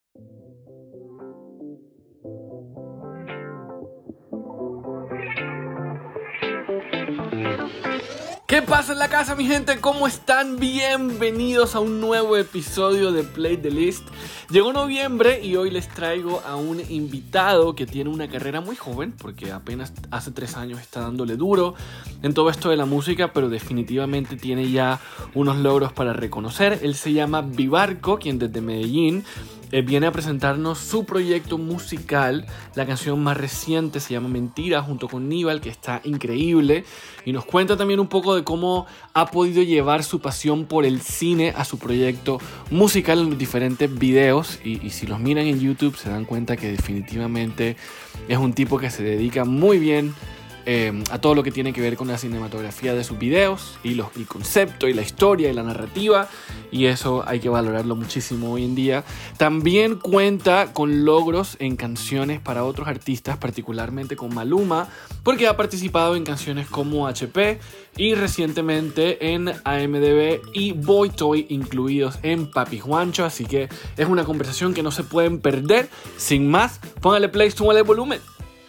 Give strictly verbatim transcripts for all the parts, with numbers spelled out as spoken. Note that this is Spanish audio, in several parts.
¿Qué pasa en la casa, mi gente? ¿Cómo están? Bienvenidos a un nuevo episodio de Play the List. Llegó noviembre y hoy les traigo a un invitado que tiene una carrera muy joven, porque apenas hace tres años está dándole duro en todo esto de la música, pero definitivamente tiene ya unos logros para reconocer. Él se llama Vivarco, quien desde Medellín eh, viene a presentarnos su proyecto musical. La canción más reciente se llama Mentira, junto con Nibal, que está increíble, y nos cuenta también un poco de cómo ha podido llevar su pasión por el cine a su proyecto musical en los diferentes videos. Y, y si los miran en YouTube se dan cuenta que definitivamente es un tipo que se dedica muy bien eh, a todo lo que tiene que ver con la cinematografía de sus videos y los, el concepto y la historia y la narrativa, y eso hay que valorarlo muchísimo hoy en día. También cuenta con logros en canciones para otros artistas, particularmente con Maluma, porque ha participado en canciones como H P y recientemente en A M D B y Boy Toy, incluidos en Papi Juancho. Así que es una conversación que no se pueden perder. Sin más, póngale play, súmale volumen.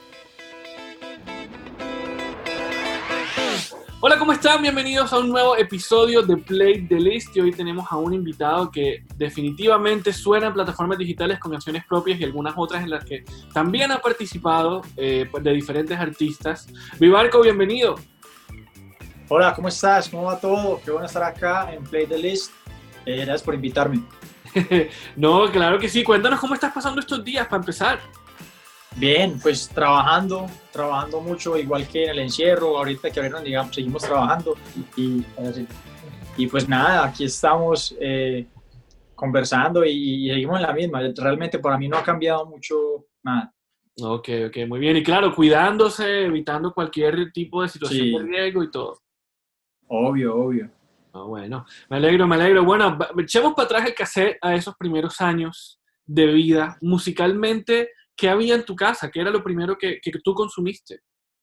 Hola, ¿cómo están? Bienvenidos a un nuevo episodio de Play the List. Y hoy tenemos a un invitado que definitivamente suena en plataformas digitales con canciones propias y algunas otras en las que también ha participado eh, de diferentes artistas. Vivarco, bienvenido. Hola, ¿cómo estás? ¿Cómo va todo? Qué bueno estar acá en Play the List. Eh, gracias por invitarme. No, claro que sí. Cuéntanos cómo estás pasando estos días para empezar. Bien, pues trabajando, trabajando mucho, igual que en el encierro. Ahorita que abrieron, digamos, seguimos trabajando. Y, y pues nada, aquí estamos eh, conversando y, y seguimos en la misma. Realmente para mí no ha cambiado mucho nada. Ok, ok, muy bien. Y claro, cuidándose, evitando cualquier tipo de situación Sí, de riesgo y todo. obvio, obvio. Ah, bueno, me alegro, me alegro. Bueno, echemos para atrás el cassette a esos primeros años de vida. Musicalmente, ¿qué había en tu casa? ¿Qué era lo primero que, que tú consumiste?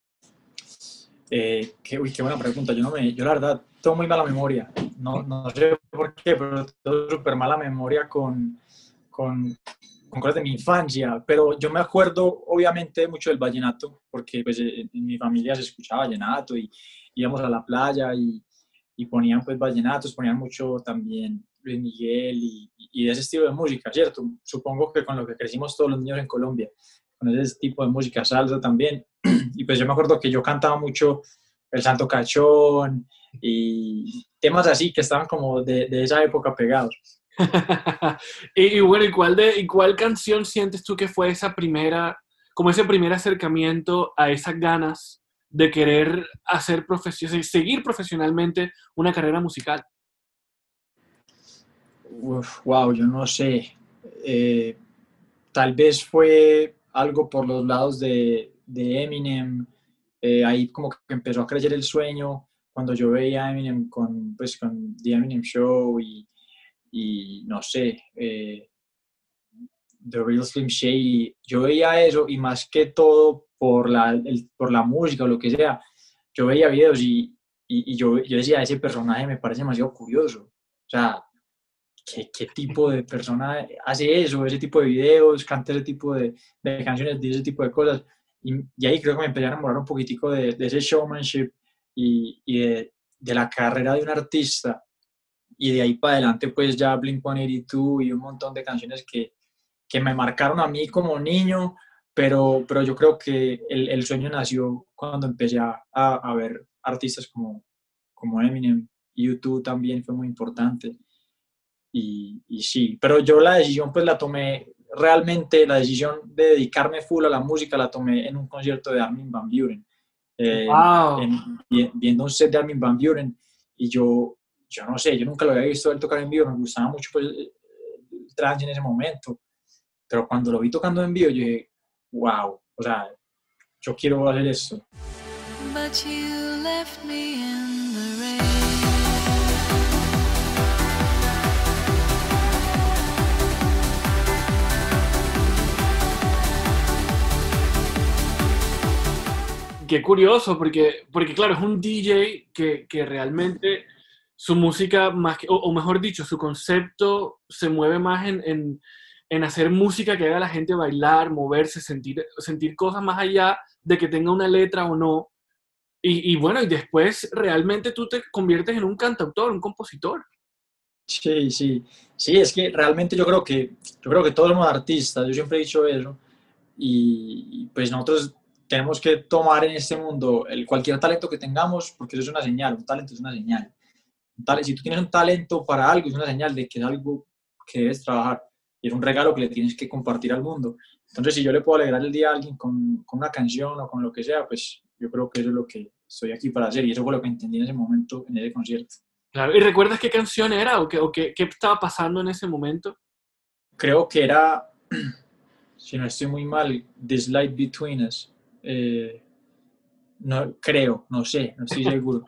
Eh, qué, uy, qué buena pregunta. Yo, no me, yo la verdad tengo muy mala memoria. No, no sé por qué, pero tengo súper mala memoria con, con, con cosas de mi infancia. Pero yo me acuerdo obviamente mucho del vallenato, porque pues, en mi familia se escuchaba vallenato y íbamos a la playa y, y ponían pues vallenatos, ponían mucho también Luis Miguel y, y de ese estilo de música, ¿cierto? Supongo que con lo que crecimos todos los niños en Colombia, con ese tipo de música, salsa también. Y pues yo me acuerdo que yo cantaba mucho El Santo Cachón y temas así que estaban como de, de esa época pegados. y, y bueno, ¿y cuál, de, ¿y cuál canción sientes tú que fue esa primera, como ese primer acercamiento a esas ganas de querer hacer profesión, seguir profesionalmente una carrera musical? Uf, wow, yo no sé. Eh, tal vez fue algo por los lados de, de Eminem. Eh, ahí como que empezó a crecer el sueño cuando yo veía a Eminem con, pues, con The Eminem Show y, y no sé, eh, The Real Slim Shady. Yo veía eso y más que todo por la, el, por la música o lo que sea, yo veía videos y, y, y yo, yo decía, ese personaje me parece demasiado curioso. O sea, ¿qué, qué tipo de persona hace eso? Ese tipo de videos, canta ese tipo de, de canciones, dice ese tipo de cosas. Y, y ahí creo que me empecé a enamorar un poquitico de, de ese showmanship y, y de, de la carrera de un artista. Y de ahí para adelante, pues ya Blink ciento ochenta y dos y un montón de canciones que, que me marcaron a mí como niño, pero, pero yo creo que el, el sueño nació cuando empecé a, a, a ver artistas como, como Eminem. YouTube también fue muy importante. Y, y sí, pero yo la decisión pues la tomé, realmente la decisión de dedicarme full a la música la tomé en un concierto de Armin van Buuren, eh, Wow. en, viendo un set de Armin van Buuren, y yo, yo no sé, yo nunca lo había visto él tocar en vivo, me gustaba mucho pues, el trance en ese momento, pero cuando lo vi tocando en vivo yo dije, wow, o sea, yo quiero hacer esto. But you left me in the rain. Qué curioso, porque, porque claro, es un D J que, que realmente su música, más que, o, o mejor dicho, su concepto se mueve más en, en, en hacer música que haga a la gente bailar, moverse, sentir, sentir cosas más allá de que tenga una letra o no. Y, y bueno, y después realmente tú te conviertes en un cantautor, un compositor. Sí, sí, sí, es que realmente yo creo que, yo creo que todos somos artistas, yo siempre he dicho eso, y, y pues nosotros tenemos que tomar en este mundo el, cualquier talento que tengamos, porque eso es una señal, un talento es una señal. Un tal- si tú tienes un talento para algo, es una señal de que es algo que debes trabajar, y es un regalo que le tienes que compartir al mundo. Entonces, si yo le puedo alegrar el día a alguien con, con una canción o con lo que sea, pues yo creo que eso es lo que estoy aquí para hacer, y eso fue lo que entendí en ese momento, en ese concierto. Claro. ¿Y recuerdas qué canción era o qué, o qué, qué estaba pasando en ese momento? Creo que era, si no estoy muy mal, This Light Between Us. Eh, no, creo, no sé, no estoy seguro.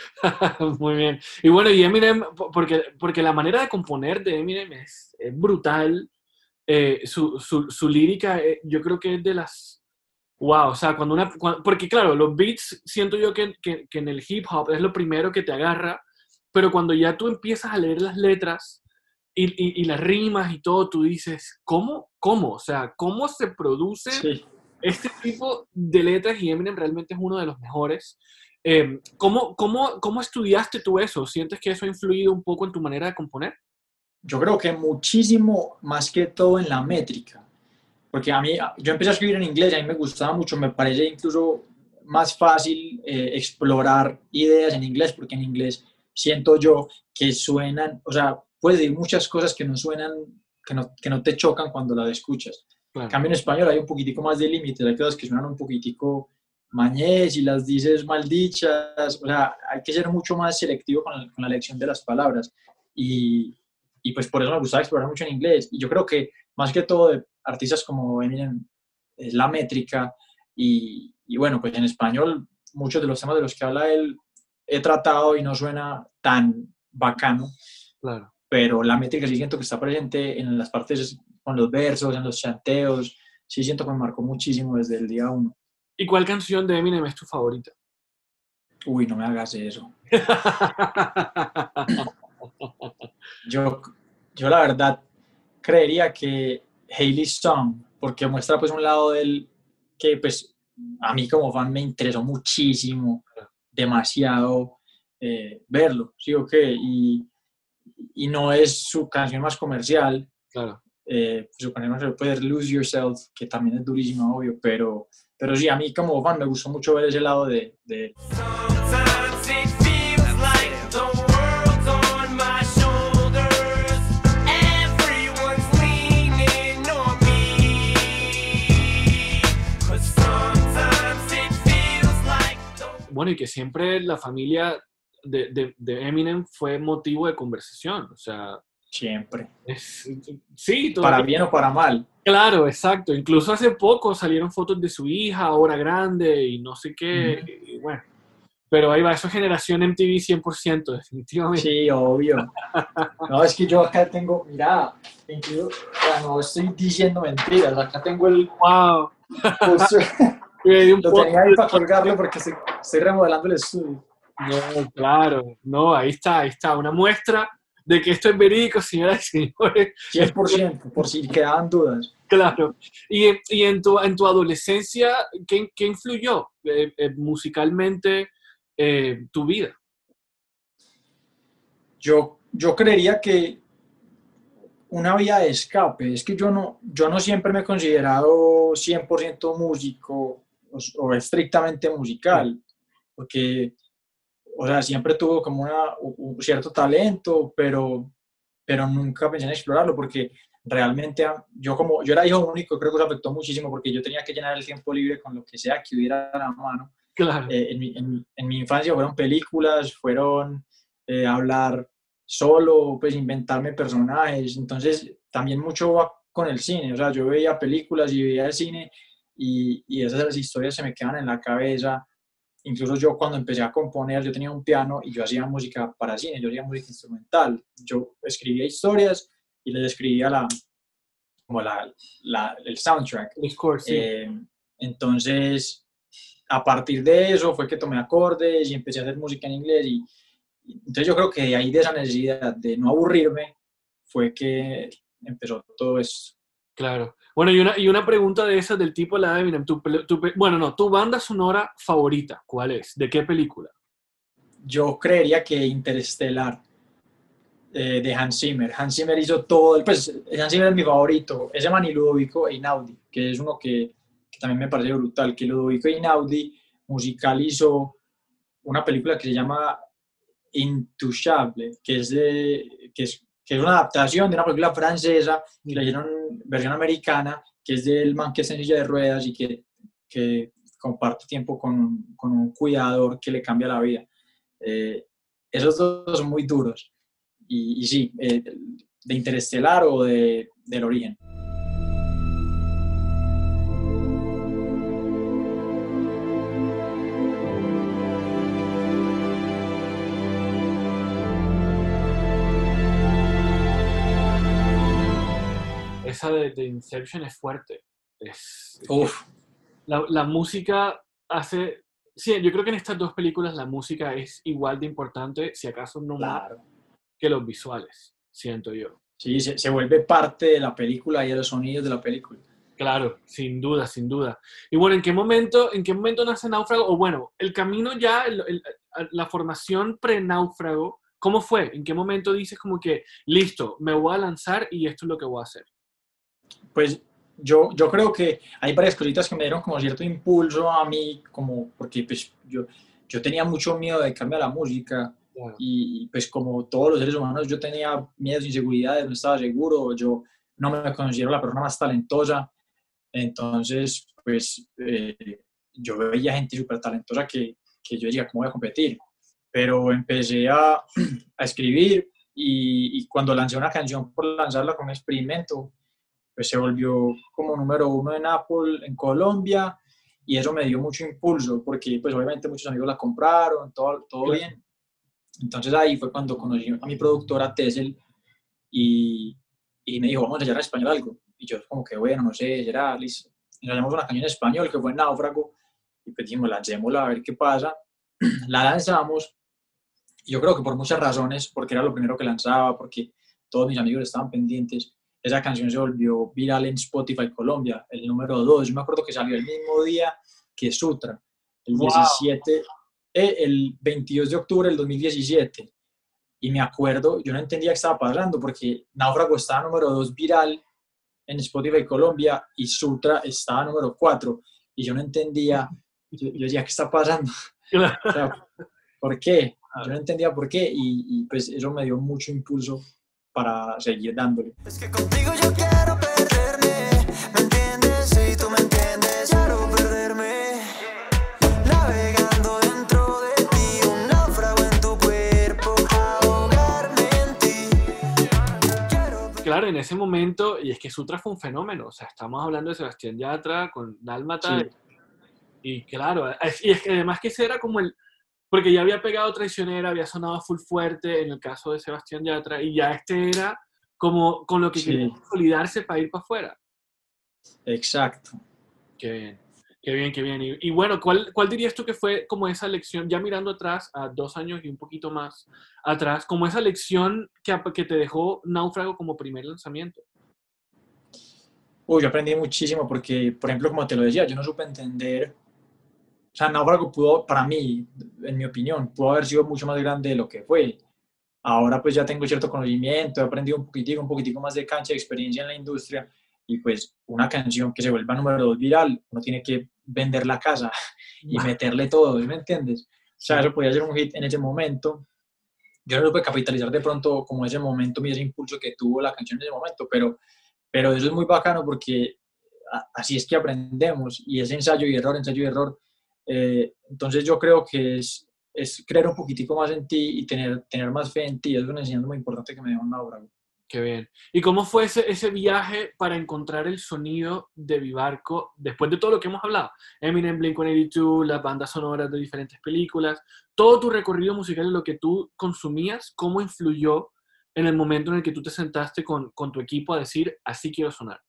Muy bien. Y bueno, y Eminem, po- porque, porque la manera de componer de Eminem es, es brutal. Eh, su, su, su lírica, eh, yo creo que es de las... Wow, o sea, cuando una... cuan- porque claro, los beats siento yo que, que, que en el hip hop es lo primero que te agarra, pero cuando ya tú empiezas a leer las letras y, y, y las rimas y todo, tú dices, ¿cómo? ¿Cómo? O sea, ¿cómo se produce Sí. este tipo de letras? Y Eminem realmente es uno de los mejores. Eh, ¿cómo, cómo, ¿Cómo estudiaste tú eso? ¿Sientes que eso ha influido un poco en tu manera de componer? Yo creo que muchísimo más que todo en la métrica, porque a mí, yo empecé a escribir en inglés, a mí me gustaba mucho, me parece incluso más fácil eh, explorar ideas en inglés, porque en inglés siento yo que suenan, o sea, puedes decir muchas cosas que no suenan, que no, que no te chocan cuando las escuchas. En Claro. cambio en español hay un poquitico más de límites, hay cosas que suenan un poquitico mañés y las dices mal dichas, o sea, hay que ser mucho más selectivo con la, con la elección de las palabras. Y, y pues por eso me gustaba explorar mucho en inglés. Y yo creo que más que todo de artistas como Eminem es la métrica y, y bueno, pues en español muchos de los temas de los que habla él he tratado y no suena tan bacano, Claro. pero la métrica sí siento que está presente en las partes, con los versos, en los chanteos, sí siento que me marcó muchísimo desde el día uno. ¿Y cuál canción de Eminem es tu favorita? Uy, no me hagas eso. Yo, yo la verdad creería que Hailey's Song, porque muestra pues un lado del que pues a mí como fan me interesó muchísimo, demasiado eh, verlo, ¿sí o qué? Y, y no es su canción más comercial, Claro. eh, su canción más puede ser Lose Yourself, que también es durísima, obvio, pero, pero sí, a mí como fan me gustó mucho ver ese lado de, de Sometimes it feels like the world's on my shoulders. Everyone's leaning on me. 'Cause sometimes it feels like the Bueno, y que siempre la familia de, de, de Eminem fue motivo de conversación. O sea, siempre, es, sí, para todavía. bien o para mal. Claro, exacto. Incluso hace poco salieron fotos de su hija, ahora grande, y no sé qué. Uh-huh. Y bueno, pero ahí va, eso es generación M T V cien por ciento, definitivamente. Sí, obvio. No, es que yo acá tengo, mira, incluso, o sea, no estoy diciendo mentiras, acá tengo el ¡Wow! póster, De un lo poco. tenía ahí para colgarlo porque estoy, estoy remodelando el estudio. No, claro, no, ahí está, ahí está, una muestra de que esto es verídico, señoras y señores. cien por ciento, por si quedaban dudas. Claro. Y, y en, tu, en tu adolescencia, ¿qué, qué influyó eh, eh, musicalmente eh, tu vida? Yo, yo creería que una vía de escape, es que yo no, yo no siempre me he considerado cien por ciento músico o, o estrictamente musical, porque, o sea, siempre tuve como una, un cierto talento, pero, pero nunca pensé en explorarlo, porque realmente yo como, yo era hijo único, creo que eso afectó muchísimo, porque yo tenía que llenar el tiempo libre con lo que sea que hubiera a la mano. Claro, Eh, en, mi, en, en, mi infancia fueron películas, fueron eh, hablar solo, pues inventarme personajes, entonces también mucho va con el cine, o sea, yo veía películas y veía el cine y, y esas historias se me quedan en la cabeza. Incluso yo cuando empecé a componer, yo tenía un piano y yo hacía música para cine, yo hacía música instrumental, yo escribía historias y les escribía la, como la, la, el soundtrack. el score, sí. Eh, entonces, a partir de eso fue que tomé acordes y empecé a hacer música en inglés y, y entonces yo creo que de ahí de esa necesidad de no aburrirme fue que empezó todo esto. Claro. Bueno, y una, y una pregunta de esas del tipo la de Eminem. Tu, pel- tu pe- bueno, no, tu banda sonora favorita, ¿cuál es? ¿De qué película? Yo creería que Interestelar, eh, de Hans Zimmer. Hans Zimmer hizo todo, pues Hans Zimmer es mi favorito, ese man y Ludovico Einaudi, que es uno que, que también me parece brutal, que Ludovico Einaudi musicalizó una película que se llama Intouchable, que es, de, que es, que es una adaptación de una película francesa que la hicieron versión americana, que es del man que está en silla de ruedas y que, que comparte tiempo con, con un cuidador que le cambia la vida. Eh, esos dos son muy duros. Y, y sí, eh, de Interestelar o de, del Origen. Esa de, de Inception es fuerte. Es, es que Uf, la, la música hace... Sí, yo creo que en estas dos películas la música es igual de importante, si acaso no más, claro. que los visuales, siento yo. Sí, se, se vuelve parte de la película y de los sonidos de la película. Claro, sin duda, sin duda. Y bueno, ¿en qué momento, en qué momento nace Náufrago? O bueno, el camino ya, el- el- la formación pre-Náufrago, ¿cómo fue? ¿En qué momento dices como que, listo, me voy a lanzar y esto es lo que voy a hacer? Pues yo, yo creo que hay varias cositas que me dieron como cierto impulso a mí, como porque pues yo, yo tenía mucho miedo de dedicarme a la música Claro. y pues como todos los seres humanos yo tenía miedos, inseguridades, no estaba seguro, yo no me considero la persona más talentosa, entonces pues eh, yo veía gente súper talentosa que, que yo decía, ¿cómo voy a competir? Pero empecé a, a escribir y, y cuando lancé una canción por lanzarla con un experimento, pues se volvió como número uno en Apple en Colombia y eso me dio mucho impulso porque pues obviamente muchos amigos la compraron, todo, todo Claro. bien. Entonces ahí fue cuando conocí a mi productora Tessel y, y me dijo, vamos a ensayar en español algo. Y yo como que bueno, no sé, será listo. Ensayamos una canción en español que fue Náufrago y pues dijimos, lancémosla a ver qué pasa. La lanzamos y yo creo que por muchas razones, porque era lo primero que lanzaba, porque todos mis amigos estaban pendientes, esa canción se volvió viral en Spotify Colombia, el número dos. Yo me acuerdo que salió el mismo día que Sutra, el Wow. diecisiete, eh, el veintidós de octubre del dos mil diecisiete. Y me acuerdo, yo no entendía qué estaba pasando, porque Náufrago estaba número dos viral en Spotify Colombia y Sutra estaba número cuatro. Y yo no entendía, yo, yo decía, ¿qué está pasando? O sea, ¿por qué? Yo no entendía por qué y, y pues eso me dio mucho impulso para seguir dándole. Es que contigo yo quiero perderme, ¿me entiendes? Si tú me entiendes, quiero perderme. Navegando dentro de ti, un náufrago en tu cuerpo, ahogarme en ti. Quiero Claro, en ese momento, y es que Sutra fue un fenómeno, o sea, estamos hablando de Sebastián Yatra con Dálmata, Sí, y claro, es- y es que además que ese era como el, porque ya había pegado Traicionera, había sonado full fuerte en el caso de Sebastián Yatra, y ya este era como con lo que quería sí, consolidarse para ir para afuera. exacto. Qué bien, qué bien, qué bien. Y, y bueno, ¿cuál, ¿cuál dirías tú que fue como esa lección, ya mirando atrás, a dos años y un poquito más atrás, como esa lección que, ap- que te dejó Náufrago como primer lanzamiento? Uy, yo aprendí muchísimo porque, por ejemplo, como te lo decía, yo no supe entender, o sea, Náufrago pudo, para mí, en mi opinión, pudo haber sido mucho más grande de lo que fue. Ahora pues ya tengo cierto conocimiento, he aprendido un poquitico, un poquitico más de cancha, de experiencia en la industria y pues una canción que se vuelva número dos viral, uno tiene que vender la casa y meterle todo, ¿sí me entiendes? O sea, Sí. eso podía ser un hit en ese momento. Yo no lo pude capitalizar de pronto como ese momento, ese impulso que tuvo la canción en ese momento, pero, pero eso es muy bacano porque a- así es que aprendemos y es ensayo y error, ensayo y error. Eh, entonces yo creo que es, es creer un poquitico más en ti y tener, tener más fe en ti. Es una enseñanza muy importante que me dejó Náufrago. Qué bien. ¿Y cómo fue ese, ese viaje para encontrar el sonido de Vivarco después de todo lo que hemos hablado? Eminem, Blink ciento ochenta y dos, las bandas sonoras de diferentes películas, todo tu recorrido musical y lo que tú consumías, ¿cómo influyó en el momento en el que tú te sentaste con, con tu equipo a decir, así quiero sonar?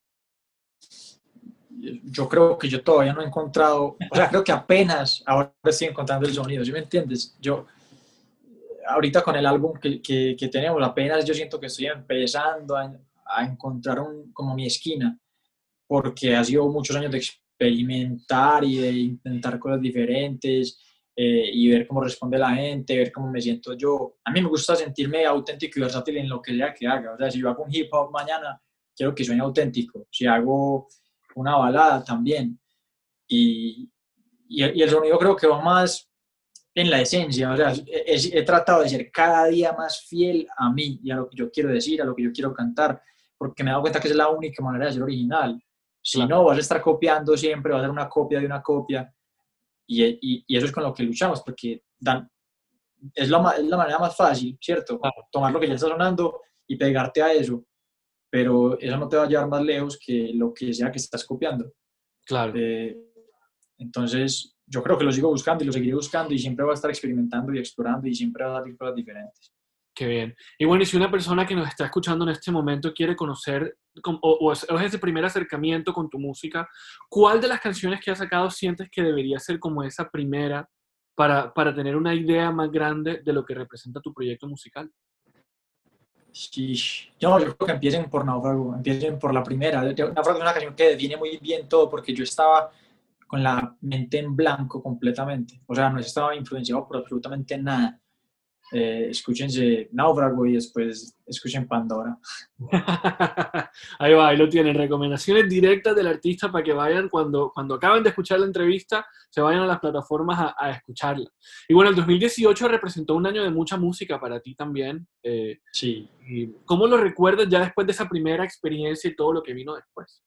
Yo creo que yo todavía no he encontrado, o sea, creo que apenas ahora estoy encontrando el sonido, ¿sí me entiendes? Yo, ahorita con el álbum que, que, que tenemos, apenas yo siento que estoy empezando a, a encontrar un, como mi esquina. porque ha sido muchos años de experimentar y de intentar cosas diferentes eh, y ver cómo responde la gente, ver cómo me siento yo. A mí me gusta sentirme auténtico y versátil en lo que sea que haga. O sea, si yo hago un hip hop mañana, quiero que suene auténtico. Si hago una balada, también. Y, y, y el sonido creo que va más en la esencia. O sea, he, he tratado de ser cada día más fiel a mí y a lo que yo quiero decir, a lo que yo quiero cantar, porque me he dado cuenta que es la única manera de ser original. Si Claro. no, vas a estar copiando siempre, vas a ser una copia de una copia, y, y, y eso es con lo que luchamos, porque dan, es, la, es la manera más fácil, ¿cierto? Claro. Tomar lo que ya está sonando y pegarte a eso, pero eso no te va a llevar más lejos que lo que sea que estás copiando. Claro. Eh, entonces, yo creo que lo sigo buscando y lo seguiré buscando y siempre voy a estar experimentando y explorando y siempre va a salir cosas diferentes. Qué bien. Y bueno, y si una persona que nos está escuchando en este momento quiere conocer com- o, o es, o es ese primer acercamiento con tu música, ¿cuál de las canciones que has sacado sientes que debería ser como esa primera para, para tener una idea más grande de lo que representa tu proyecto musical? Sí, yo, yo creo que empiecen por Náufrago, empiecen por la primera. Náufrago es una canción que define muy bien todo porque yo estaba con la mente en blanco completamente. O sea, no estaba influenciado por absolutamente nada. Eh, escúchense Náufrago y después escuchen Pandora. Ahí va, ahí lo tienen. Recomendaciones directas del artista para que vayan cuando, cuando acaben de escuchar la entrevista, se vayan a las plataformas a, a escucharla. Y bueno, el dos mil dieciocho representó un año de mucha música para ti también. Eh, Sí. y ¿Cómo lo recuerdas ya después de esa primera experiencia y todo lo que vino después?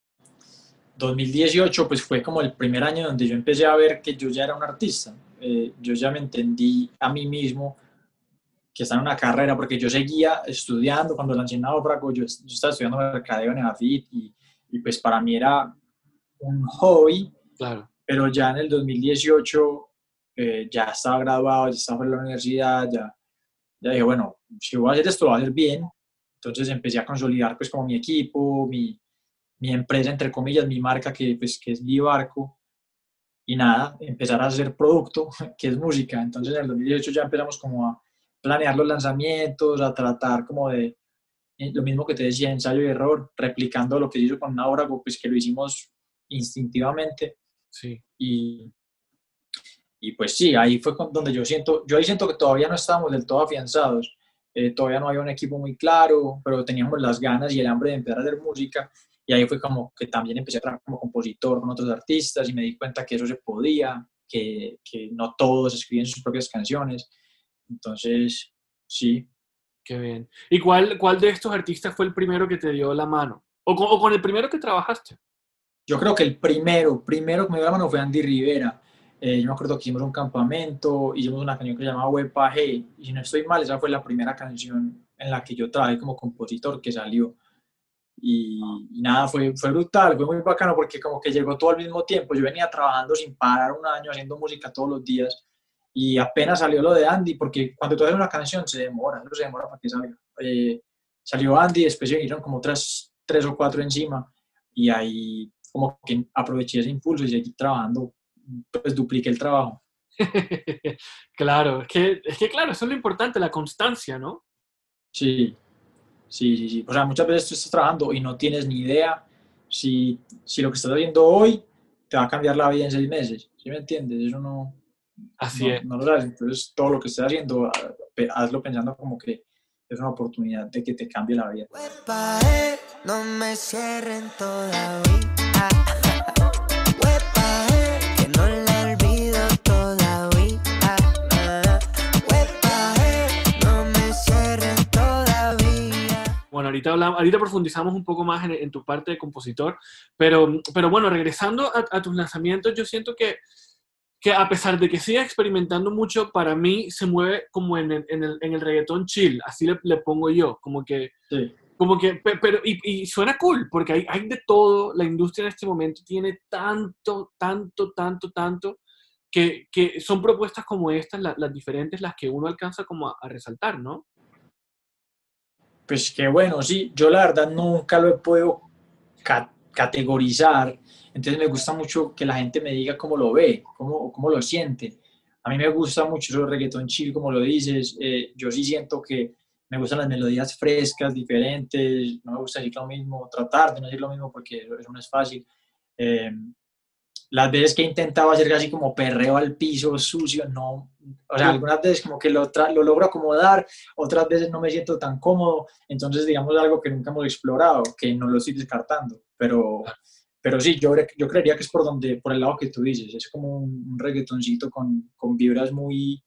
dos mil dieciocho pues fue como el primer año donde yo empecé a ver que yo ya era un artista. Eh, yo ya me entendí a mí mismo que estaba en una carrera, porque yo seguía estudiando cuando lancé Náufrago, yo, yo estaba estudiando mercadeo en EAFIT y, y pues para mí era un hobby, Claro. pero ya en el dos mil dieciocho eh, ya estaba graduado, ya estaba en la universidad, ya, ya dije, bueno, si voy a hacer esto, lo voy a hacer bien. Entonces empecé a consolidar pues como mi equipo, mi, mi empresa, entre comillas, mi marca, que, pues, que es Vivarco, y nada, empezar a hacer producto, que es música. Entonces en el dos mil dieciocho ya empezamos como a planear los lanzamientos, a tratar como de, lo mismo que te decía, ensayo y error, replicando lo que se hizo con Náufrago, pues que lo hicimos instintivamente. Sí. Y, y pues sí, ahí fue donde yo siento, yo ahí siento que todavía no estábamos del todo afianzados, eh, todavía no había un equipo muy claro, pero teníamos las ganas y el hambre de empezar a hacer música, y ahí fue como que también empecé a trabajar como compositor con otros artistas y me di cuenta que eso se podía, que, que no todos escriben sus propias canciones. Entonces, sí. Qué bien. ¿Y cuál, cuál de estos artistas fue el primero que te dio la mano? ¿O con, o con el primero que trabajaste? Yo creo que el primero, primero que me dio la mano fue Andy Rivera. Eh, yo me acuerdo que hicimos un campamento, hicimos una canción que se llamaba Wepa Hey, y si no estoy mal, esa fue la primera canción en la que yo trabajé como compositor que salió. Y, y nada, fue, fue brutal, fue muy bacano porque como que llegó todo al mismo tiempo. Yo venía trabajando sin parar un año, haciendo música todos los días, y apenas salió lo de Andy, porque cuando tú haces una canción se demora, eso se demora para que salga. Eh, salió Andy, después se vinieron como tres, tres o cuatro encima, y ahí como que aproveché ese impulso y seguí trabajando, pues dupliqué el trabajo. Claro, es que, es que claro, eso es lo importante, la constancia, ¿no? Sí, sí, sí, sí. O sea, muchas veces tú estás trabajando y no tienes ni idea si, si lo que estás haciendo hoy te va a cambiar la vida en seis meses. ¿Sí me entiendes? Eso no, Así no, es. no lo sabes. Entonces, todo lo que estés haciendo, hazlo pensando como que es una oportunidad de que te cambie la vida. Huepa, eh, no me cierren todavía. Huepa, eh, que no la olvido todavía. Huepa, eh, no me cierren todavía. Bueno, ahorita, hablamos, ahorita profundizamos un poco más en, en tu parte de compositor, pero, pero bueno, regresando a, a tus lanzamientos, yo siento que, que a pesar de que siga experimentando mucho, para mí se mueve como en el, en el, en el reggaetón chill, así le, le pongo yo, como que, Sí. como que pero, y, y suena cool, porque hay, hay de todo, la industria en este momento tiene tanto, tanto, tanto, tanto, que, que son propuestas como estas, la, las diferentes, las que uno alcanza como a, a resaltar, ¿no? Pues qué bueno, sí. Yo la verdad nunca lo he podido ca categorizar. Entonces me gusta mucho que la gente me diga cómo lo ve, cómo, cómo lo siente. A mí me gusta mucho el reggaetón chill, como lo dices. Eh, yo sí siento que me gustan las melodías frescas, diferentes, no me gusta decir lo mismo, tratar de no decir lo mismo porque eso no es fácil. Eh, las veces que he intentado hacer así como perreo al piso sucio, no, o sea, algunas veces como que lo, tra- lo logro acomodar, otras veces no me siento tan cómodo, entonces digamos algo que nunca hemos explorado, que no lo estoy descartando, pero, pero sí, yo, cre- yo creería que es por donde, por el lado que tú dices, es como un, un reggaetoncito con, con vibras muy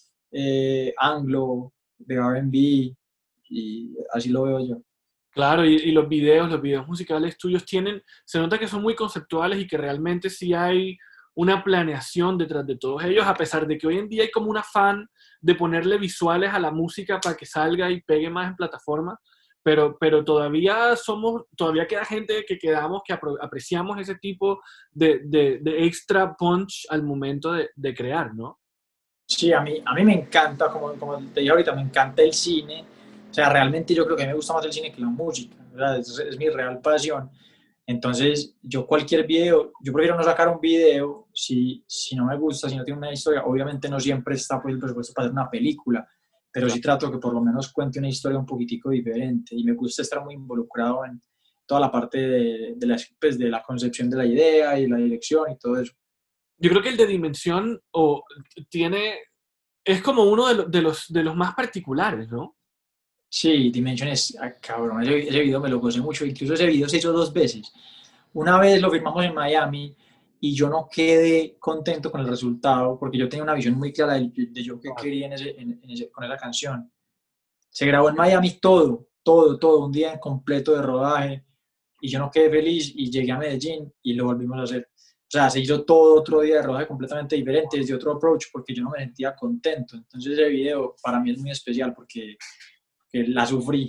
eh, anglo, de R and B, y así lo veo yo. Claro, y, y los videos, los videos musicales tuyos tienen, se nota que son muy conceptuales y que realmente sí hay una planeación detrás de todos ellos, a pesar de que hoy en día hay como un afán de ponerle visuales a la música para que salga y pegue más en plataformas, pero, pero todavía somos, todavía queda gente que quedamos, que apro- apreciamos ese tipo de, de, de extra punch al momento de, de crear, ¿no? Sí, a mí, a mí me encanta, como, como te dije ahorita, me encanta el cine. O sea, realmente yo creo que a mí me gusta más el cine que la música. O sea, es, es mi real pasión. Entonces, yo cualquier video, yo prefiero no sacar un video si, si no me gusta, si no tiene una historia. Obviamente no siempre está pues, el presupuesto para hacer una película, pero sí trato que por lo menos cuente una historia un poquitico diferente. Y me gusta estar muy involucrado en toda la parte de, de, la, pues, de la concepción de la idea y la dirección y todo eso. Yo creo que el de Dimensión o, tiene, es como uno de, lo- de los, de los más particulares, ¿no? Sí, Dimensions, ah, cabrón, ese, ese video me lo gocé mucho, incluso ese video se hizo dos veces. Una vez lo firmamos en Miami y yo no quedé contento con el resultado porque yo tenía una visión muy clara de, de yo qué quería en ese, en, en ese, con esa canción. Se grabó en Miami todo, todo, todo, un día en completo de rodaje y yo no quedé feliz y llegué a Medellín y lo volvimos a hacer. O sea, se hizo todo otro día de rodaje completamente diferente, desde otro approach porque yo no me sentía contento. Entonces ese video para mí es muy especial porque que la sufrí.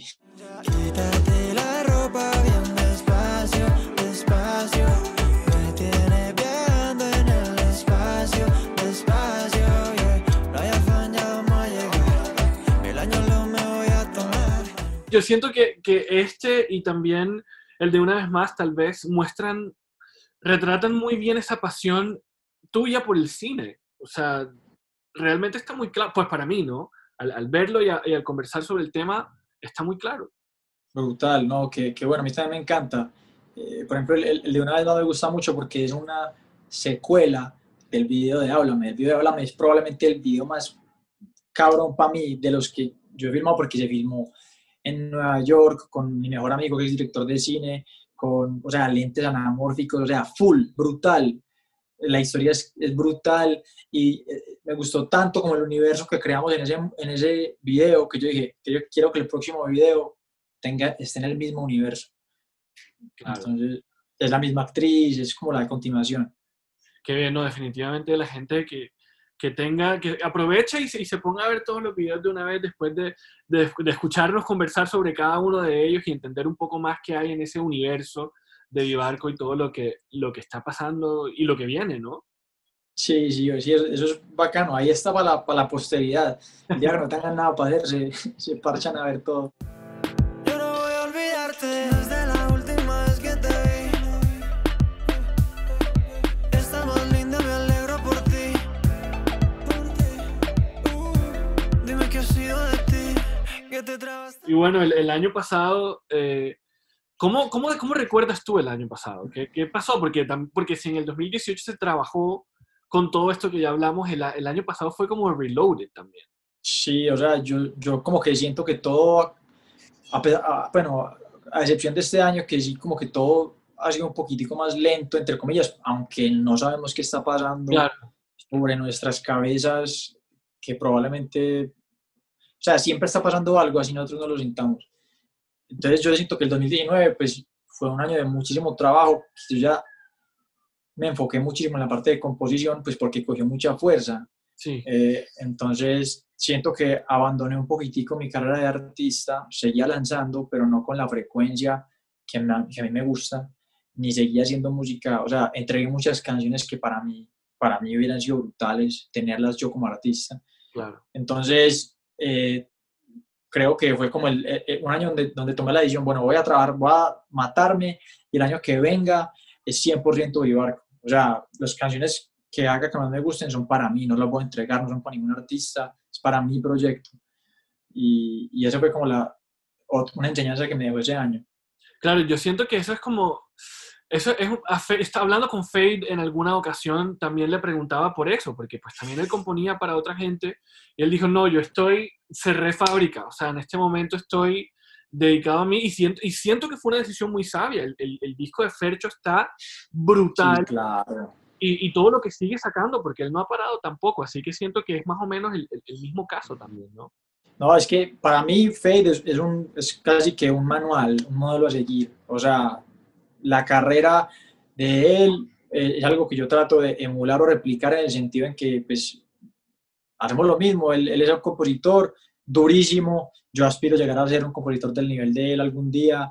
Quítate la ropa bien despacio, despacio. Me tiene viajando en el espacio, despacio, yeah. No hay afán, ya vamos a llegar. Mil años lo me voy a tomar. Yo siento que, que este y también el de Una vez más tal vez muestran, retratan muy bien esa pasión tuya por el cine. O sea, realmente está muy claro, pues para mí, ¿no? Al, al verlo y, a- y al conversar sobre el tema, está muy claro. Brutal, ¿no? Que, que bueno, a mí también me encanta. Eh, por ejemplo, el, el de Una vez no me gusta mucho porque es una secuela del video de Háblame. El video de Háblame es probablemente el video más cabrón para mí de los que yo he filmado porque se filmó en Nueva York con mi mejor amigo que es director de cine, con, o sea, lentes anamórficos, o sea, full, brutal. La historia es, es brutal y eh, me gustó tanto como el universo que creamos en ese, en ese video que yo dije que yo quiero que el próximo video tenga, esté en el mismo universo. Claro. Entonces, es la misma actriz, es como la continuación. Que bien, no, definitivamente la gente que, que tenga, que aproveche y se, y se ponga a ver todos los videos de una vez después de, de, de escucharnos conversar sobre cada uno de ellos y entender un poco más qué hay en ese universo de Vivarco y todo lo que, lo que está pasando y lo que viene, ¿no? Sí, sí, sí, eso eso es bacano. Ahí está para la, para la posteridad. El día que no tengan nada para hacer, se, se parchan a ver todo. Yo no voy a olvidarte desde la última vez que te vi. Estás más linda, me alegro por ti. Uh, dime qué ha sido de ti, que te trabaste. Y bueno, el, el año pasado, eh, ¿cómo, cómo, ¿cómo recuerdas tú el año pasado? ¿Qué, qué pasó? Porque, tam- porque si en el dos mil dieciocho se trabajó con todo esto que ya hablamos, el, a- el año pasado fue como reloaded también. Sí, o sea, yo, yo como que siento que todo, a pe- a- bueno, a excepción de este año, que sí, como que todo ha sido un poquitico más lento, entre comillas, aunque no sabemos qué está pasando Claro. sobre nuestras cabezas, que probablemente, o sea, siempre está pasando algo, así nosotros no lo sintamos. Entonces yo siento que el dos mil diecinueve, pues, fue un año de muchísimo trabajo, yo ya me enfoqué muchísimo en la parte de composición, pues porque cogió mucha fuerza. Sí, Eh, entonces, siento que abandoné un poquitico mi carrera de artista, seguía lanzando, pero no con la frecuencia que, me- que a mí me gusta, ni seguía haciendo música, o sea, entregué muchas canciones que para mí, para mí hubieran sido brutales tenerlas yo como artista. claro. Entonces, eh, creo que fue como el, eh, un año donde, donde tomé la decisión, bueno, voy a trabajar, voy a matarme y el año que venga es cien por ciento Vivarco. O sea, las canciones que haga que más me gusten son para mí, no las voy a entregar, no son para ningún artista, es para mi proyecto. y, y esa fue como la, ot- una enseñanza que me dejó ese año. Claro, yo siento que eso es como, eso es, un- a Fe- está hablando con Fade en alguna ocasión, también le preguntaba por eso, porque pues también él componía para otra gente, y él dijo, no, yo estoy, cerré fábrica, o sea, en este momento estoy dedicado a mí, y siento, y siento que fue una decisión muy sabia, el, el- el disco de Fercho está Sí, brutal, claro. y, y todo lo que sigue sacando, porque él no ha parado tampoco, así que siento que es más o menos el, el- el mismo caso también, ¿no? No, es que para mí Fade es, es, un, es casi que un manual, un modelo a seguir. O sea, la carrera de él eh, es algo que yo trato de emular o replicar en el sentido en que pues hacemos lo mismo. Él, él es un compositor durísimo. Yo aspiro a llegar a ser un compositor del nivel de él algún día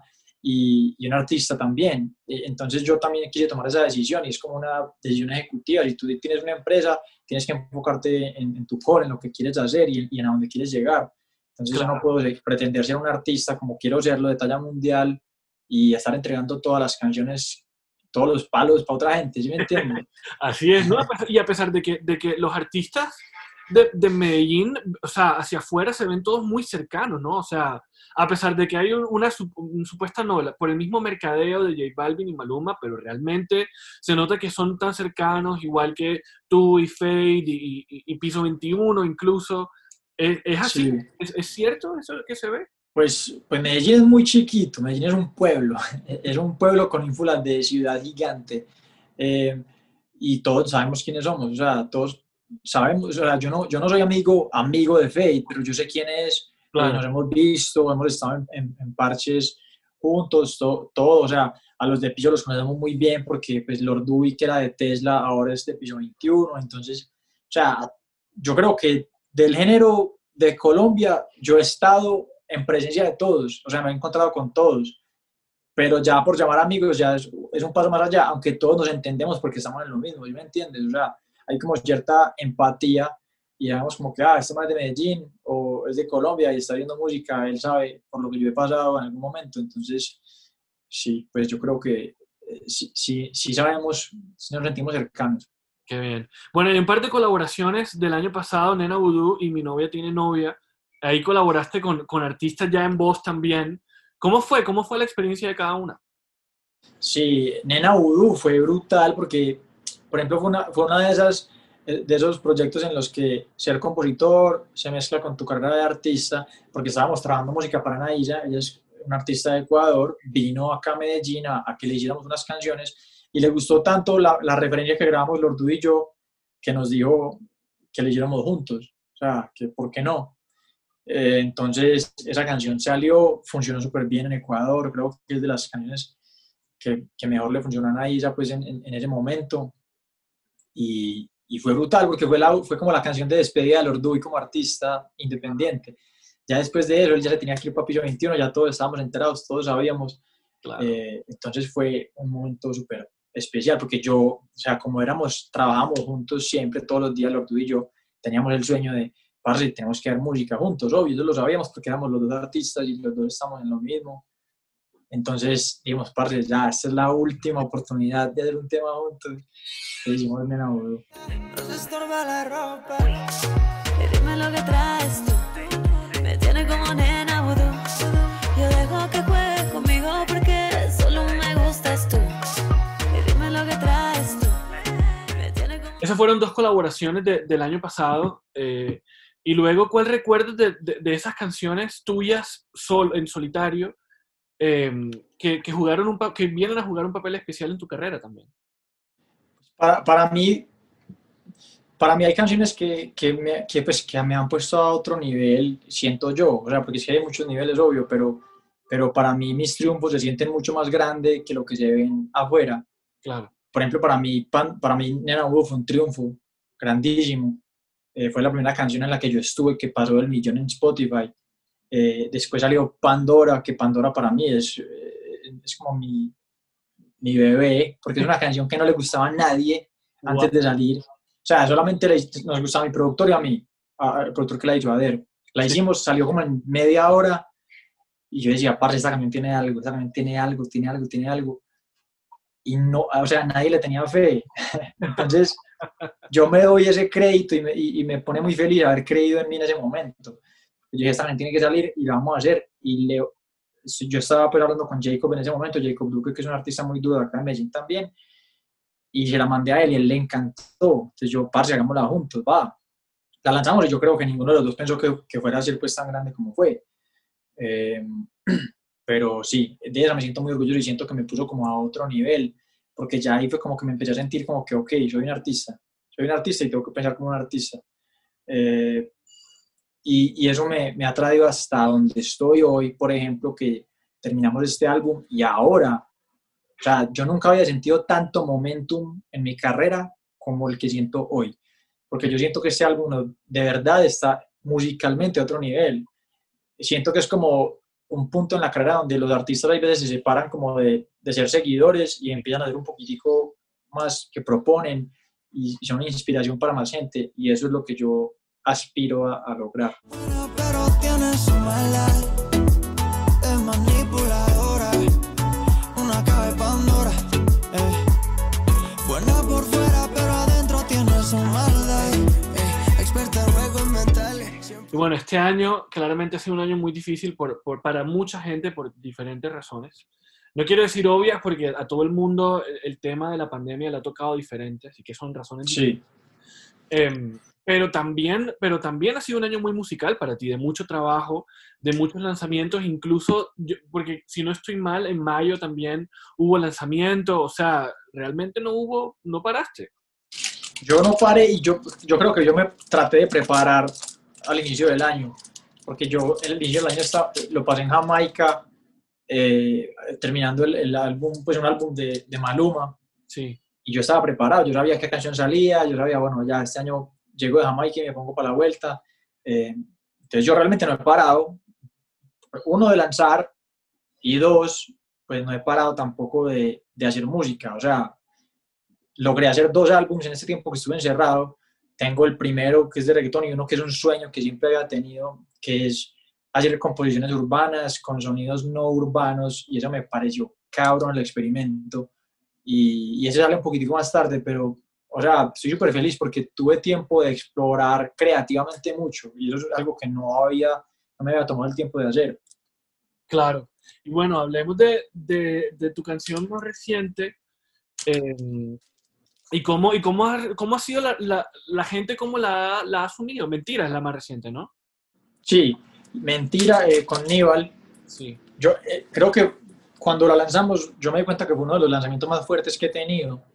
y, y un artista también. Eh, Entonces yo también quise tomar esa decisión y es como una decisión ejecutiva. Si tú tienes una empresa, tienes que enfocarte en, en tu core, en lo que quieres hacer y, y en a dónde quieres llegar. Entonces yo no Claro. puedo pretender ser un artista como quiero serlo de talla mundial y estar entregando todas las canciones, todos los palos para otra gente, ¿sí me entiendes? Así es, ¿no? A pesar- Y a pesar de que, de que los artistas de, de Medellín, o sea, hacia afuera se ven todos muy cercanos, ¿no? O sea, a pesar de que hay un- una, sup- un supuesta novela por el mismo mercadeo de J Balvin y Maluma, pero realmente se nota que son tan cercanos, igual que tú y Fade y, y- y Piso veintiuno incluso. ¿Es, es así? Sí. ¿Es, es cierto eso que se ve? Pues, pues Medellín es muy chiquito, Medellín es un pueblo, es un pueblo con ínfulas de ciudad gigante. Eh, y todos sabemos quiénes somos, o sea, todos sabemos, o sea, yo no, yo no soy amigo, amigo de Fate, pero yo sé quién es, eh, Claro, nos hemos visto, hemos estado en, en- en parches juntos, to- todo, o sea, a los de Pillo los conocemos muy bien porque pues Lord Dewey, que era de Tesla, ahora es de Piso veintiuno, entonces, o sea, yo creo que del género de Colombia, yo he estado en presencia de todos, o sea, me he encontrado con todos, pero ya por llamar amigos ya es, es un paso más allá, aunque todos nos entendemos porque estamos en lo mismo, ¿sí me entiendes? O sea, hay como cierta empatía y digamos como que, ah, este man es de Medellín o es de Colombia y está viendo música, él sabe por lo que yo he pasado en algún momento, entonces, sí, pues yo creo que eh, sí, sí, sí sabemos, sí nos sentimos cercanos. qué bien. Bueno, y en parte colaboraciones del año pasado, Nena Vudú y Mi Novia Tiene Novia, ahí colaboraste con, con artistas ya en voz también. ¿Cómo fue? ¿Cómo fue la experiencia de cada una? Sí, Nena Voodoo fue brutal porque, por ejemplo, fue una, fue una de esas eh, de esos proyectos en los que ser compositor se mezcla con tu carrera de artista, porque estábamos trabajando música para Anaísa, ella es una artista de Ecuador, vino acá a Medellín a, a que le hiciéramos unas canciones y le gustó tanto la, la referencia que grabamos Lordu y yo, que nos dijo que le hiciéramos juntos, o sea, que por qué no. Eh, entonces, esa canción salió, funcionó súper bien en Ecuador, creo que es de las canciones que, que mejor le funcionan a Isa pues, en, en, en ese momento. Y, y, fue brutal porque fue, la, fue como la canción de despedida de Lord Dewey como artista independiente. Ya después de eso, él ya se tenía que ir para Pillo veintiuno, ya todos estábamos enterados, todos sabíamos. Claro. Eh, entonces fue un momento súper especial porque yo, o sea, como éramos, trabajamos juntos siempre, todos los días, Lord Dewey y yo, teníamos el sueño de, parce, tenemos que dar música juntos, obvio, eso lo sabíamos porque éramos los dos artistas y los dos estamos en lo mismo. Entonces dijimos, parce, ya, esta es la última oportunidad de hacer un tema juntos. Y hicimos Nena Voodoo. No se estorba la ropa. Y dime lo que traes tú. Me tiene como nena vudú. Yo dejo que juegues conmigo porque solo me gustas tú. Y dime lo que traes tú. Me tiene como... Esas fueron dos colaboraciones de, del año pasado. Eh, y luego, ¿cuál recuerdas de, de, de esas canciones tuyas sol, en solitario eh, que, que, jugaron un que vienen a jugar un papel especial en tu carrera también? Para, para mí, para mí hay canciones que, que, me, que, pues, que me han puesto a otro nivel, siento yo, o sea, porque sí hay muchos niveles, obvio, pero, pero para mí mis triunfos se sienten mucho más grandes que lo que se ven afuera. Claro. Por ejemplo, para mí, pan, para mí Nena Voodoo fue un triunfo grandísimo. Eh, fue la primera canción en la que yo estuve que pasó del millón en Spotify. Eh, después salió Pandora, que Pandora para mí es, eh, es como mi, mi bebé, porque es una canción que no le gustaba a nadie antes de salir. O sea, solamente le, nos gustaba a mi productor y a mí, al productor que la hizo, a Ader. La hicimos, salió como en media hora y yo decía, parce, esta canción tiene algo, esta canción tiene algo, tiene algo, tiene algo. Y no, o sea, nadie le tenía fe. Entonces, yo me doy ese crédito y me, y, y me pone muy feliz haber creído en mí en ese momento. Yo dije, esta canción tiene que salir y la vamos a hacer. Y le, yo estaba pues hablando con Jacob en ese momento, Jacob Duque, que es un artista muy duro acá en Medellín también, y se la mandé a él y a él le encantó. Entonces yo, parce, hagámosla juntos, va. La lanzamos y yo creo que ninguno de los dos pensó que, que fuera a ser pues tan grande como fue. Eh, pero sí, de esa me siento muy orgulloso y siento que me puso como a otro nivel, porque ya ahí fue como que me empecé a sentir como que, ok, soy un artista, soy un artista y tengo que pensar como un artista. Eh, y, y eso me, me ha traído hasta donde estoy hoy, por ejemplo, que terminamos este álbum y ahora, o sea, yo nunca había sentido tanto momentum en mi carrera como el que siento hoy, porque yo siento que este álbum de verdad está musicalmente a otro nivel. Siento que es como un punto en la carrera donde los artistas a veces se separan como de, de ser seguidores y empiezan a hacer un poquitico más que proponen y son una inspiración para más gente, y eso es lo que yo aspiro a, a lograr. Bueno, pero tiene su maldad, es manipuladora, una caja de Pandora, eh. Buena por fuera, pero adentro tiene su maldad, eh. Experta luego en mentales. Y bueno, este año claramente ha sido un año muy difícil por, por, para mucha gente por diferentes razones. No quiero decir obvias porque a todo el mundo el, el tema de la pandemia le ha tocado diferente, así que son razones Sí. Eh, pero, también, pero también ha sido un año muy musical para ti, de mucho trabajo, de muchos lanzamientos, incluso, yo, porque si no estoy mal, en mayo también hubo lanzamiento, o sea, realmente no hubo, no paraste. Yo no paré y yo, yo creo que yo me traté de preparar al inicio del año, porque yo el inicio del año está, lo pasé en Jamaica, eh, terminando el, el álbum, pues un álbum de, de Maluma, Sí. y yo estaba preparado, yo sabía qué canción salía, yo sabía, bueno, ya este año llego de Jamaica y me pongo para la vuelta, eh, entonces yo realmente no he parado, uno de lanzar, y dos, pues no he parado tampoco de, de hacer música, o sea, logré hacer dos álbumes en este tiempo que estuve encerrado. Tengo el primero que es de reggaetón y uno que es un sueño que siempre había tenido, que es hacer composiciones urbanas con sonidos no urbanos, y eso me pareció cabrón el experimento, y, y ese sale un poquitico más tarde, pero o sea, estoy súper feliz porque tuve tiempo de explorar creativamente mucho, y eso es algo que no había, no me había tomado el tiempo de hacer. Claro. Y bueno, hablemos de, de, de tu canción más reciente. Eh, ¿Y cómo, y cómo, ha, cómo ha sido la, la, la gente, cómo la, la ha asumido? Mentira es la más reciente, ¿no? Sí, Mentira, eh, con Nibal. Sí. Yo eh, creo que cuando la lanzamos, yo me di cuenta que fue uno de los lanzamientos más fuertes que he tenido.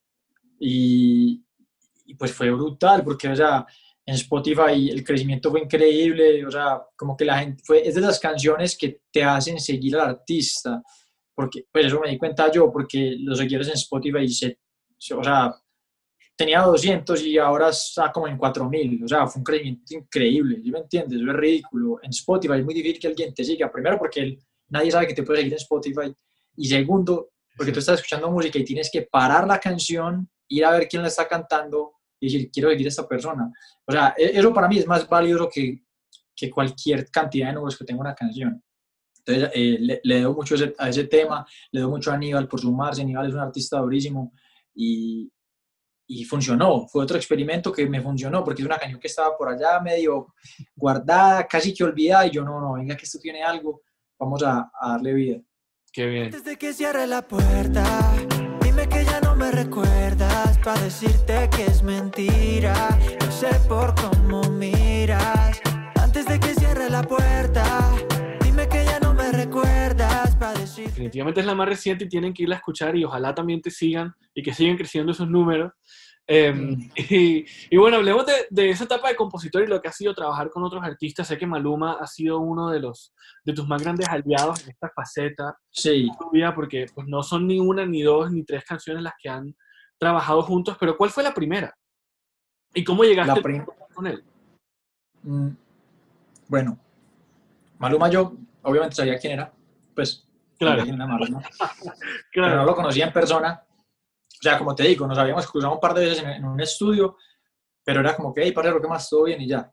Y, y pues fue brutal, porque, o sea, en Spotify el crecimiento fue increíble, o sea, como que la gente, fue, es de las canciones que te hacen seguir al artista, porque, pues eso me di cuenta yo, porque los seguidores en Spotify se, se o sea, tenía doscientos y ahora está como en cuatro mil, o sea, fue un crecimiento increíble, ¿sí me entiendes? Eso es ridículo. En Spotify es muy difícil que alguien te siga, primero porque él, nadie sabe que te puede seguir en Spotify, y segundo, porque tú estás escuchando música y tienes que parar la canción, ir a ver quién la está cantando y decir, quiero seguir a esta persona. O sea, eso para mí es más valioso que, que cualquier cantidad de números que tenga una canción. Entonces, eh, le, le doy mucho a ese tema, le doy mucho a Aníbal por sumarse. Aníbal es un artista durísimo y, y funcionó. Fue otro experimento que me funcionó, porque es una canción que estaba por allá medio guardada, casi que olvidada, y yo, no, no, venga que esto tiene algo, vamos a, a darle vida. Qué bien. Antes de que cierre la puerta, dime que ya no me recuerdas, para decirte que es mentira, no sé por cómo miras. Antes de que cierre la puerta, dime que ya no me recuerdas, para decirte... Definitivamente es la más reciente y tienen que irla a escuchar, y ojalá también te sigan y que sigan creciendo esos números. Eh, Mm. y, y bueno, hablemos de, de esa etapa de compositor y lo que ha sido trabajar con otros artistas. Sé que Maluma ha sido uno de los de tus más grandes aliados en esta faceta Sí, de tu vida, porque pues, no son ni una, ni dos, ni tres canciones las que han trabajado juntos, pero ¿cuál fue la primera? ¿Y cómo llegaste la prim- con él? mm, bueno, Maluma yo obviamente sabía quién era, pues Claro. sabía quién era Maluma, pero Claro. no lo conocía en persona. O sea, como te digo, nos habíamos cruzado un par de veces en, en un estudio, pero era como que, hey, parcero, ¿qué más? ¿Todo bien? Y ya.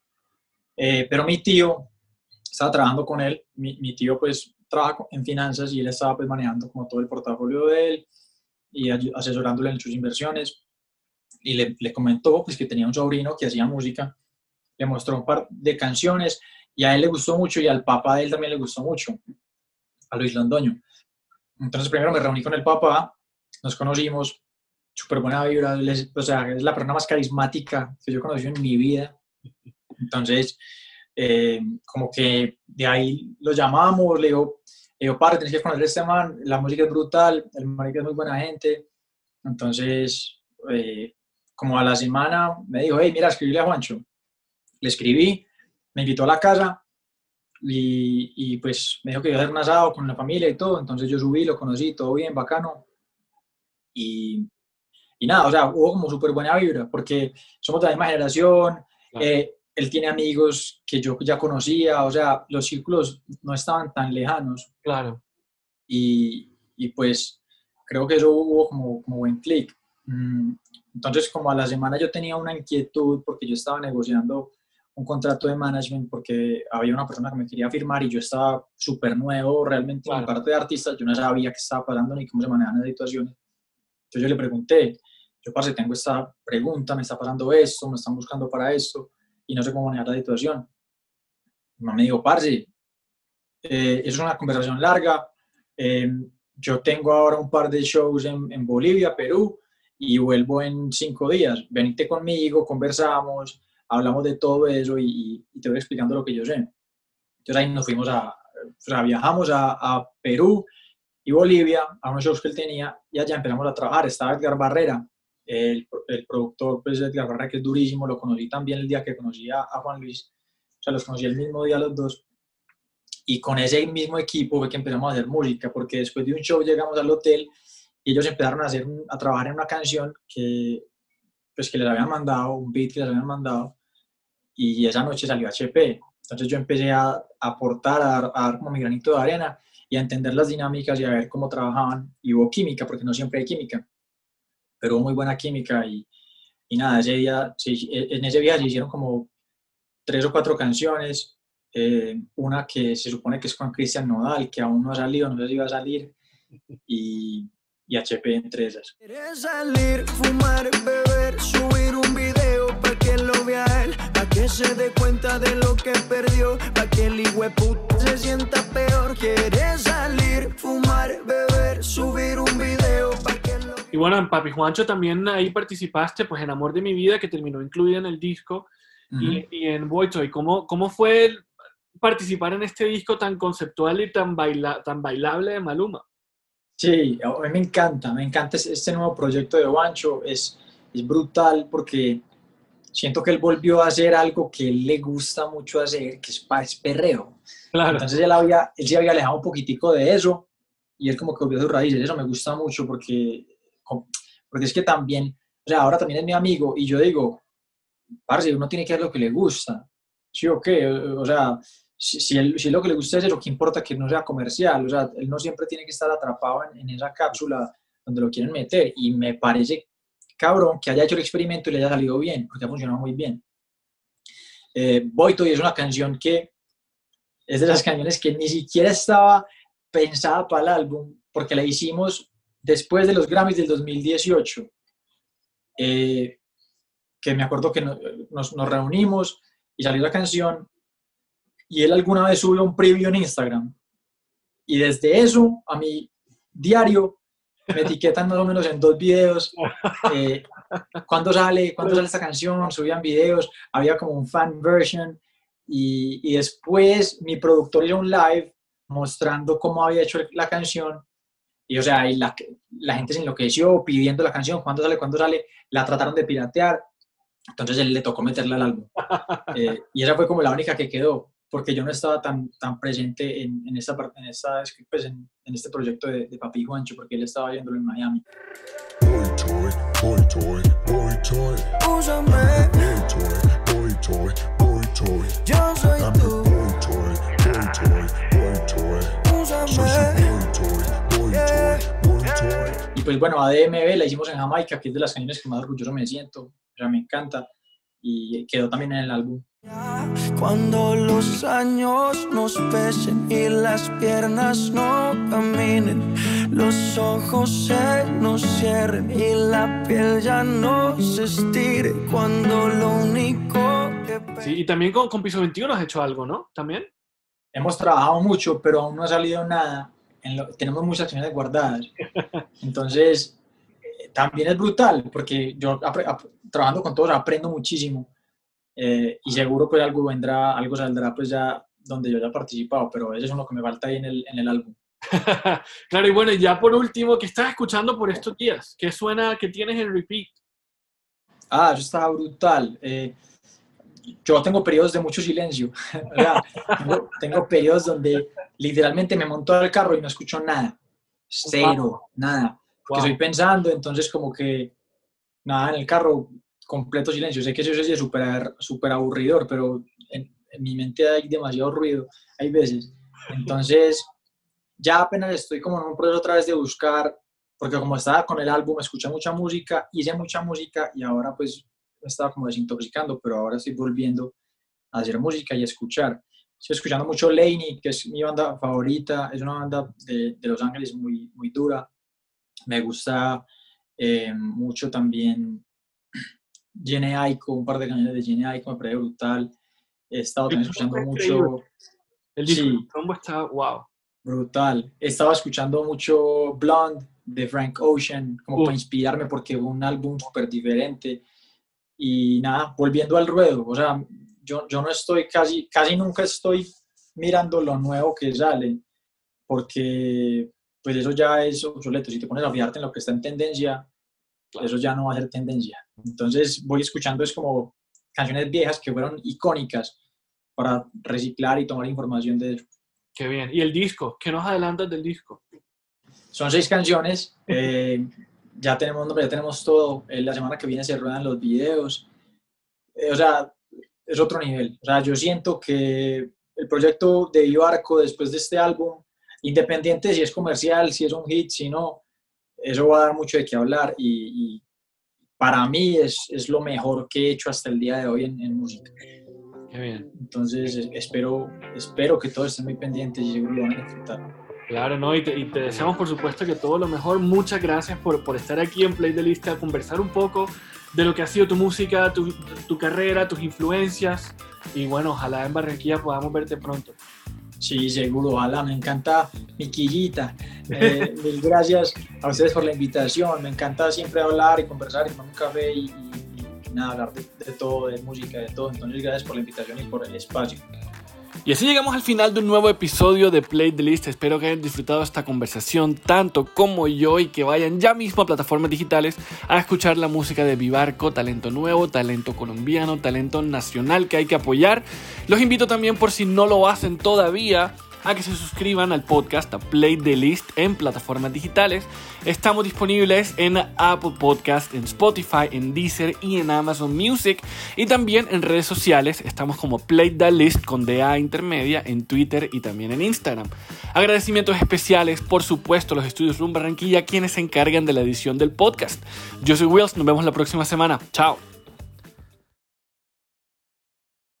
Eh, pero mi tío, estaba trabajando con él, mi, mi tío pues trabaja en finanzas y él estaba pues manejando como todo el portafolio de él y ay- asesorándole en sus inversiones, y le, le comentó pues que tenía un sobrino que hacía música, le mostró un par de canciones y a él le gustó mucho y al papá de él también le gustó mucho, a Luis Londoño. Entonces primero me reuní con el papá, nos conocimos, súper buena vibra, les, o sea, es la persona más carismática que yo he conocido en mi vida. Entonces, eh, como que de ahí lo llamamos, le digo, le digo, padre, tienes que conocer a este man, la música es brutal, el marica es muy buena gente. Entonces, eh, como a la semana me dijo, hey, mira, escribile a Juancho. Le escribí, me invitó a la casa y, y pues me dijo que iba a hacer un asado con la familia y todo. Entonces yo subí, lo conocí, todo bien, bacano. Y, y nada, o sea, hubo como súper buena vibra porque somos de la misma generación. Claro. Eh, él tiene amigos que yo ya conocía, o sea, los círculos no estaban tan lejanos. Claro. Y, y pues creo que eso hubo como, como buen clic. Entonces, como a la semana yo tenía una inquietud porque yo estaba negociando un contrato de management porque había una persona que me quería firmar y yo estaba súper nuevo realmente en Claro. mi parte de artista, yo no sabía qué estaba pasando ni cómo se manejaban las situaciones. Entonces yo le pregunté, yo parce, tengo esta pregunta, me está pasando esto, me están buscando para esto y no sé cómo manejar la situación. Mi mamá me dijo, parce, eh, eso es una conversación larga, eh, yo tengo ahora un par de shows en, en Bolivia, Perú, y vuelvo en cinco días. Venite conmigo, conversamos, hablamos de todo eso y, y te voy explicando lo que yo sé. Entonces ahí nos fuimos a, o sea, viajamos a, a Perú y Bolivia, a unos shows que él tenía, y allá empezamos a trabajar. Estaba Edgar Barrera, el, el productor, pues Edgar Barrera, que es durísimo, lo conocí también el día que conocí a, a Juan Luis, o sea, los conocí el mismo día los dos. Y con ese mismo equipo fue que empezamos a hacer música, porque después de un show llegamos al hotel y ellos empezaron a, hacer un, a trabajar en una canción que, pues, que les habían mandado, un beat que les habían mandado, y esa noche salió H P. Entonces yo empecé a, a aportar, a dar, a dar como mi granito de arena y a entender las dinámicas y a ver cómo trabajaban. Y hubo química, porque no siempre hay química, pero hubo muy buena química. Y, y nada, ese día, sí, en ese día se hicieron como tres o cuatro canciones. Eh, una que se supone que es con Cristian Nodal, que aún no ha salido, no sé si va a salir, y, y H P entre esas. Quieres salir, fumar, beber, subir un video pa' que lo vea él, pa' que se dé cuenta de lo que perdió, pa' que el hijueputa se sienta peor. Quieres salir, fumar, beber, subir un video pa' que lo... Y bueno, en Papi Juancho también ahí participaste, pues en Amor de mi vida, que terminó incluida en el disco, Uh-huh. y, y en Boy Toy. ¿Cómo, cómo fue el participar en este disco tan conceptual y tan, baila, tan bailable de Maluma? Sí, a mí me encanta, me encanta este nuevo proyecto de Juancho, es, es brutal porque siento que él volvió a hacer algo que él le gusta mucho hacer, que es, pa- es perreo. Claro. Entonces él, había, él se había alejado un poquitico de eso y él como que volvió a sus raíces. Eso me gusta mucho porque, porque es que también, o sea, ahora también es mi amigo y yo digo, parce, uno tiene que hacer lo que le gusta, ¿sí o qué? O, o sea, si, si, él, si lo que le gusta es eso, ¿qué importa que no sea comercial? O sea, él no siempre tiene que estar atrapado en, en esa cápsula donde lo quieren meter y me parece cabrón que haya hecho el experimento y le haya salido bien, porque ha funcionado muy bien. Eh, Boy Toy es una canción que es de las canciones que ni siquiera estaba pensada para el álbum, porque la hicimos después de los Grammys del dos mil dieciocho. Eh, que me acuerdo que nos, nos, nos reunimos y salió la canción y él alguna vez subió un preview en Instagram y desde eso a mi diario me etiquetan más o menos en dos videos eh, cuándo sale, cuándo sale esta canción, subían videos, había como un fan version y, y después mi productor hizo un live mostrando cómo había hecho la canción y o sea, y la, la gente se enloqueció pidiendo la canción, cuándo sale, cuándo sale, la trataron de piratear. Entonces él le tocó meterla al álbum. Eh, y esa fue como la única que quedó, porque yo no estaba tan, tan presente en, en, esta, en, esta, pues en, en este proyecto de, de Papi Juancho, porque él estaba viéndolo en Miami. Boy toy, boy toy, boy toy. Úsame, Boy toy, boy toy, boy toy. yo soy I'm the tú. boy toy, boy toy, boy toy. Soy su Úsame, boy toy, boy toy, boy toy. Y pues bueno, A D M B la hicimos en Jamaica, que es de las canciones que más orgulloso me siento, o sea, me encanta, y quedó también en el álbum. cuando los años nos pesen y las piernas no caminen, los ojos se nos cierren y la piel ya no se estire, cuando lo único que Sí, y también con, con Piso veintiuno has hecho algo, ¿no? ¿También? Hemos trabajado mucho, pero aún no ha salido nada. En lo- tenemos muchas acciones guardadas. Entonces, eh, también es brutal, porque yo apre- ap- trabajando con todos aprendo muchísimo. Eh, y seguro pues algo vendrá, algo saldrá pues ya donde yo haya participado, pero eso es lo que me falta ahí en el, en el álbum. Claro, y bueno, y ya por último, ¿qué estás escuchando por estos días? ¿Qué suena, qué tienes en repeat? Ah, eso está brutal. Eh, yo tengo periodos de mucho silencio. O sea, tengo, tengo periodos donde literalmente me monto al carro y no escucho nada. Cero, nada. Porque Wow. estoy pensando, entonces como que nada, en el carro, completo silencio. Sé que eso es súper súper aburridor, pero en, en mi mente hay demasiado ruido, hay veces. Entonces, ya apenas estoy como en un proceso otra vez de buscar, porque como estaba con el álbum, escuché mucha música, hice mucha música y ahora pues me estaba como desintoxicando, pero ahora estoy volviendo a hacer música y a escuchar. Estoy escuchando mucho Laney, que es mi banda favorita, es una banda de, de Los Ángeles muy, muy dura. Me gusta eh, mucho también Jhené Aiko, un par de canciones de Jhené Aiko me parece brutal. He estado El también disco escuchando es increíble. mucho, El disco sí, de Trombo está, wow. brutal. He estado escuchando mucho Blonde de Frank Ocean, como Uf. para inspirarme porque fue un álbum súper diferente. Y nada, volviendo al ruedo, o sea, yo, yo no estoy casi, casi nunca estoy mirando lo nuevo que sale, porque pues eso ya es obsoleto. Si te pones a fijarte en lo que está en tendencia, Claro. eso ya no va a ser tendencia. Entonces voy escuchando es como canciones viejas que fueron icónicas para reciclar y tomar información de eso. Qué bien. ¿Y el disco? ¿Qué nos adelantas del disco? Son seis canciones, eh, ya tenemos nombre, ya tenemos todo. Eh, la semana que viene se ruedan los videos. Eh, o sea, es otro nivel. O sea, yo siento que el proyecto de Vivarco después de este álbum, independiente si es comercial, si es un hit, si no, eso va a dar mucho de qué hablar y, y para mí es, es lo mejor que he hecho hasta el día de hoy en, en música. Qué bien. Entonces es- espero, espero que todos estén muy pendientes y seguro lo van a disfrutar. Claro, ¿no? Y te, y te deseamos, por supuesto, que todo lo mejor. Muchas gracias por, por estar aquí en Play de Lista, a conversar un poco de lo que ha sido tu música, tu, tu carrera, tus influencias. Y bueno, ojalá en Barranquilla podamos verte pronto. Sí, seguro, ojalá, me encanta mi quillita. Eh, mil gracias a ustedes por la invitación. Me encanta siempre hablar y conversar y tomar un café y, y- y nada, hablar de, de todo, de música, de todo. Entonces, gracias por la invitación y por el espacio. Y así llegamos al final de un nuevo episodio de Play the List. Espero que hayan disfrutado esta conversación tanto como yo y que vayan ya mismo a plataformas digitales a escuchar la música de Vivarco, talento nuevo, talento colombiano, talento nacional que hay que apoyar. Los invito también, por si no lo hacen todavía, a que se suscriban al podcast, a Play the List en plataformas digitales. Estamos disponibles en Apple Podcast, en Spotify, en Deezer y en Amazon Music. Y también en redes sociales estamos como Play the List con D A intermedia en Twitter y también en Instagram. Agradecimientos especiales, por supuesto, a los estudios Room Barranquilla, quienes se encargan de la edición del podcast. Yo soy Wills, nos vemos la próxima semana. Chao.